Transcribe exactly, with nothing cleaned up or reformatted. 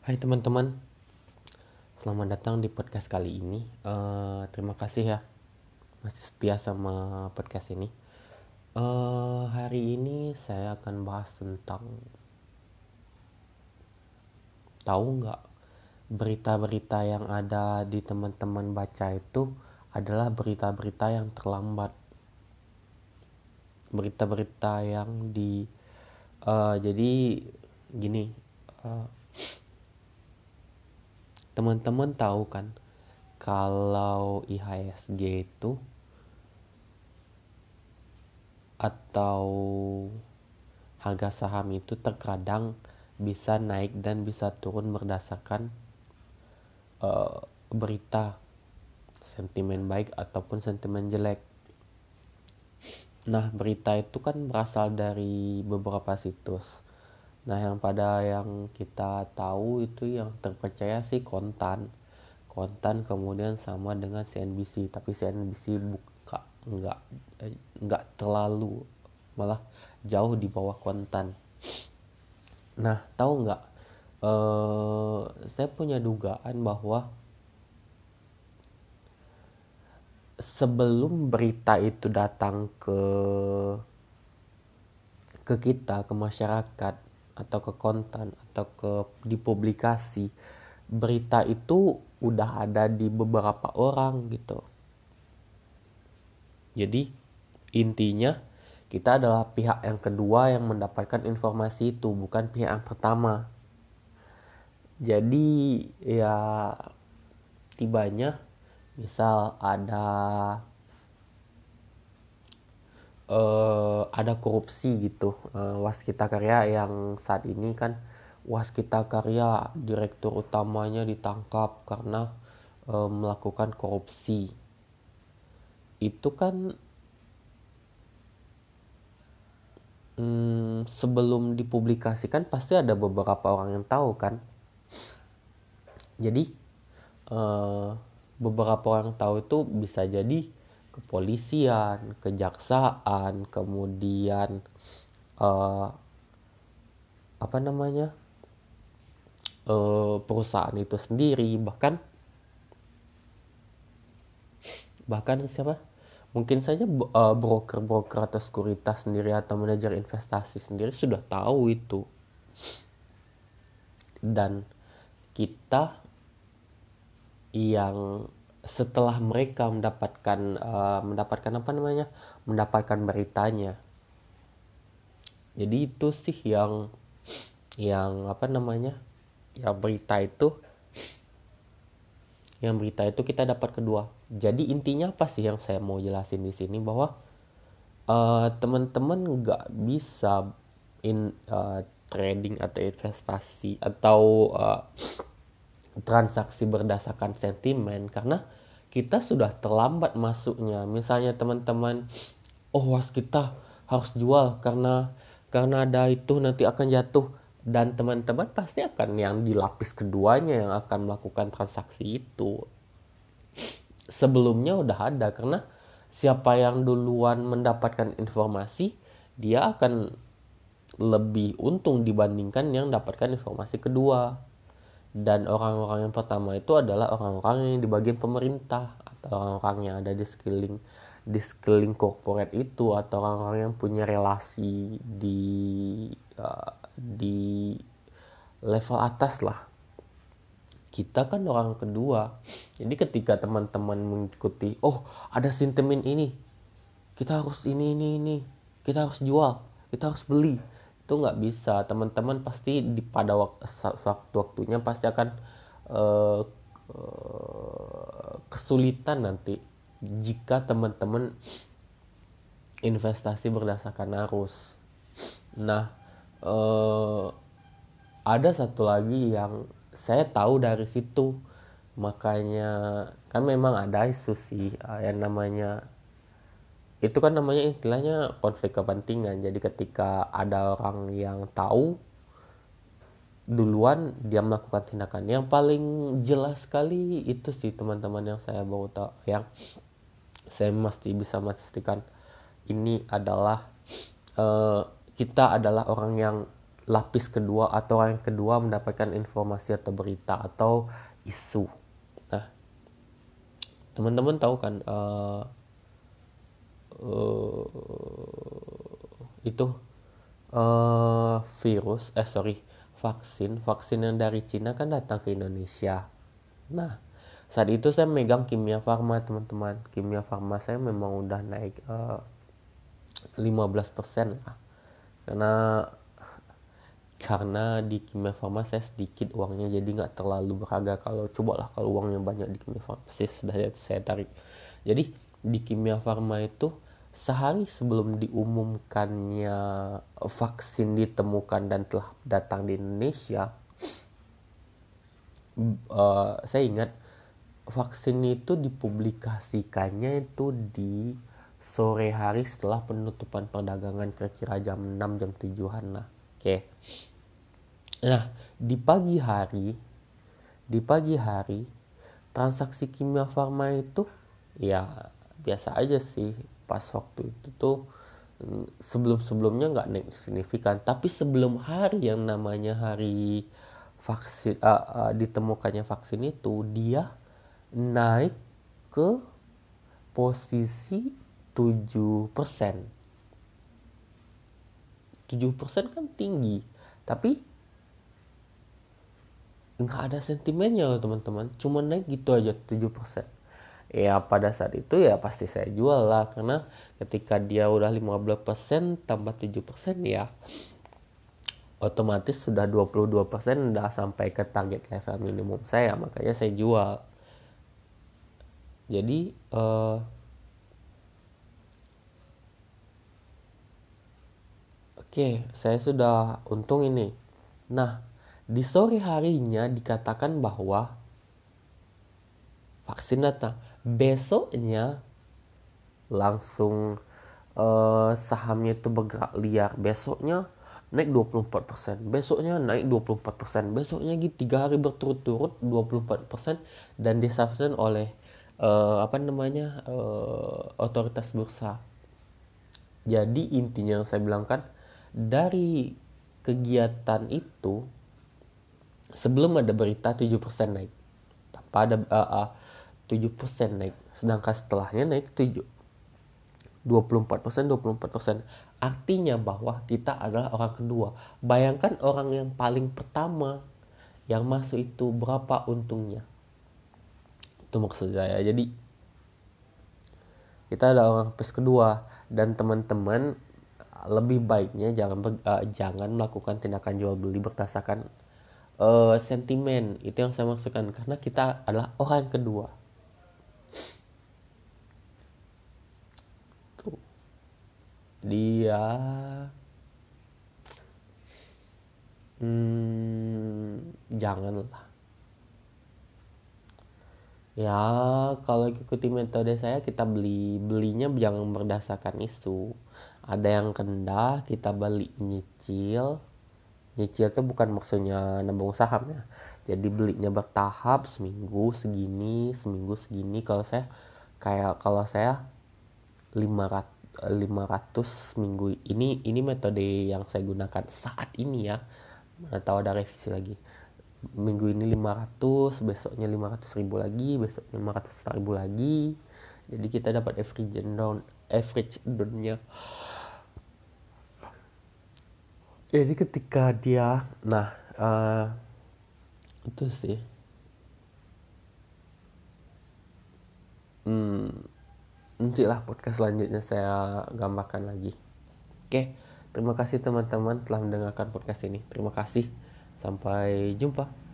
Hai teman-teman, selamat datang di podcast kali ini. Eh, terima kasih ya masih setia sama podcast ini. Eh, hari ini saya akan bahas tentang, tahu nggak, berita-berita yang ada di teman-teman baca itu adalah berita-berita yang terlambat. Berita-berita yang di eh, jadi gini, eh, teman-teman tahu kan kalau I H S G itu atau harga saham itu terkadang bisa naik dan bisa turun berdasarkan uh, berita sentimen baik ataupun sentimen jelek. Nah, berita itu kan berasal dari beberapa situs. Nah, yang pada yang kita tahu itu yang terpercaya sih Kontan. Kontan kemudian sama dengan C N B C, tapi C N B C buka enggak enggak terlalu, malah jauh di bawah Kontan. Nah, tahu nggak? Eh, saya punya dugaan bahwa sebelum berita itu datang ke ke kita, ke masyarakat atau ke konten atau ke dipublikasi, berita itu udah ada di beberapa orang gitu. Jadi intinya kita adalah pihak yang kedua yang mendapatkan informasi itu, bukan pihak yang pertama. Jadi ya tibanya misal ada eh, ada korupsi gitu, eh, Waskita Karya yang saat ini kan Waskita Karya direktur utamanya ditangkap karena eh, melakukan korupsi. Itu kan hmm, sebelum dipublikasikan pasti ada beberapa orang yang tahu kan. Jadi eh, beberapa orang tahu itu bisa jadi kepolisian, kejaksaan, kemudian eh, apa namanya, eh, perusahaan itu sendiri, bahkan bahkan siapa, mungkin saja eh, broker-broker atau sekuritas sendiri atau manajer investasi sendiri sudah tahu itu. Dan kita yang setelah mereka mendapatkan eh, mendapatkan apa namanya, mendapatkan beritanya, jadi itu sih yang yang apa namanya, yang berita itu yang berita itu kita dapat kedua. Jadi intinya apa sih yang saya mau jelasin di sini, bahwa uh, teman-teman nggak bisa in uh, trading atau investasi atau uh, transaksi berdasarkan sentimen, karena kita sudah terlambat masuknya. Misalnya teman-teman, oh was kita harus jual karena karena ada itu nanti akan jatuh, dan teman-teman pasti akan yang di lapis keduanya yang akan melakukan transaksi itu. Sebelumnya udah ada, karena siapa yang duluan mendapatkan informasi dia akan lebih untung dibandingkan yang dapatkan informasi kedua. Dan orang-orang yang pertama itu adalah orang-orang yang di bagian pemerintah atau orang-orang yang ada di sekeliling di sekeliling corporate itu, atau orang-orang yang punya relasi di uh, di level atas lah. Kita kan orang kedua. Jadi ketika teman-teman mengikuti, oh ada sentimen ini, kita harus ini ini ini, kita harus jual, kita harus beli, itu nggak bisa. Teman-teman pasti di pada waktu waktunya pasti akan uh, uh, kesulitan nanti jika teman-teman investasi berdasarkan arus. Nah, uh, ada satu lagi yang saya tahu dari situ, makanya kan memang ada isu sih, uh, yang namanya itu kan namanya istilahnya konflik kepentingan. Jadi ketika ada orang yang tahu duluan, dia melakukan tindakan. Yang paling jelas sekali itu sih teman-teman yang saya baru tahu, yang saya mesti bisa memastikan ini adalah uh, kita adalah orang yang lapis kedua atau orang kedua mendapatkan informasi atau berita atau isu. Nah, teman-teman tahu kan uh, uh, itu uh, virus, eh sorry, vaksin, vaksin yang dari Cina kan datang ke Indonesia. Nah, saat itu saya megang Kimia Farma, teman-teman. Kimia Farma saya memang udah naik uh, lima belas persen lah. Karena karena di Kimia Farma saya sedikit uangnya, jadi nggak terlalu berharga. Kalau coba lah kalau uangnya banyak di Kimia Farma pasti sudah saya tarik. Jadi di Kimia Farma itu sehari sebelum diumumkannya vaksin ditemukan dan telah datang di Indonesia, uh, saya ingat vaksin itu dipublikasikannya itu di sore hari setelah penutupan perdagangan, kira-kira jam enam jam tujuhan lah. Oke. Nah, di pagi hari di pagi hari transaksi Kimia Farma itu ya biasa aja sih. Pas waktu itu tuh sebelum-sebelumnya nggak naik signifikan, tapi sebelum hari yang namanya hari vaksin uh, uh, ditemukannya vaksin itu, dia naik ke posisi tujuh persen. tujuh persen kan tinggi, tapi nggak ada sentimennya loh teman-teman, cuma naik gitu aja tujuh persen. Ya pada saat itu ya pasti saya jual lah, karena ketika dia udah lima belas persen tambah tujuh persen ya otomatis sudah dua puluh dua persen, udah sampai ke target level minimum saya, makanya saya jual. Jadi uh, oke, okay, saya sudah untung ini. Nah, di sore harinya dikatakan bahwa vaksin datang. Besoknya langsung uh, sahamnya itu bergerak liar. Besoknya naik dua puluh empat persen. Besoknya naik dua puluh empat persen. Besoknya gitu tiga hari berturut-turut dua puluh empat persen dan disubsidi oleh uh, apa namanya uh, otoritas bursa. Jadi intinya yang saya bilang kan, dari kegiatan itu sebelum ada berita tujuh persen naik, tanpa ada uh, uh, tujuh persen naik, sedangkan setelahnya naik tujuh dua puluh empat persen dua puluh empat persen. Artinya bahwa kita adalah orang kedua. Bayangkan orang yang paling pertama yang masuk itu berapa untungnya. Itu maksud saya. Jadi kita adalah orang pes kedua, dan teman-teman lebih baiknya jangan uh, jangan melakukan tindakan jual beli berdasarkan uh, sentimen. Itu yang saya maksudkan, karena kita adalah orang kedua. Tuh. Dia hmm, janganlah. Ya, kalau ikuti metode saya, kita beli belinya jangan berdasarkan isu. Ada yang rendah, kita beli nyicil. Nyicil itu bukan maksudnya nabung saham ya. Jadi belinya bertahap, seminggu segini, seminggu segini. Kalau saya kayak kalau saya lima ratus minggu ini ini metode yang saya gunakan saat ini ya. Mana tahu ada revisi lagi. Minggu ini lima ratus, besoknya lima ratus ribu lagi, besoknya lima ratus ribu lagi. Jadi kita dapat average down, average down-nya. Jadi ketika dia, nah uh, itu sih. Hmm, nantilah podcast selanjutnya saya gambarkan lagi. Oke, terima kasih teman-teman telah mendengarkan podcast ini. Terima kasih. Sampai jumpa.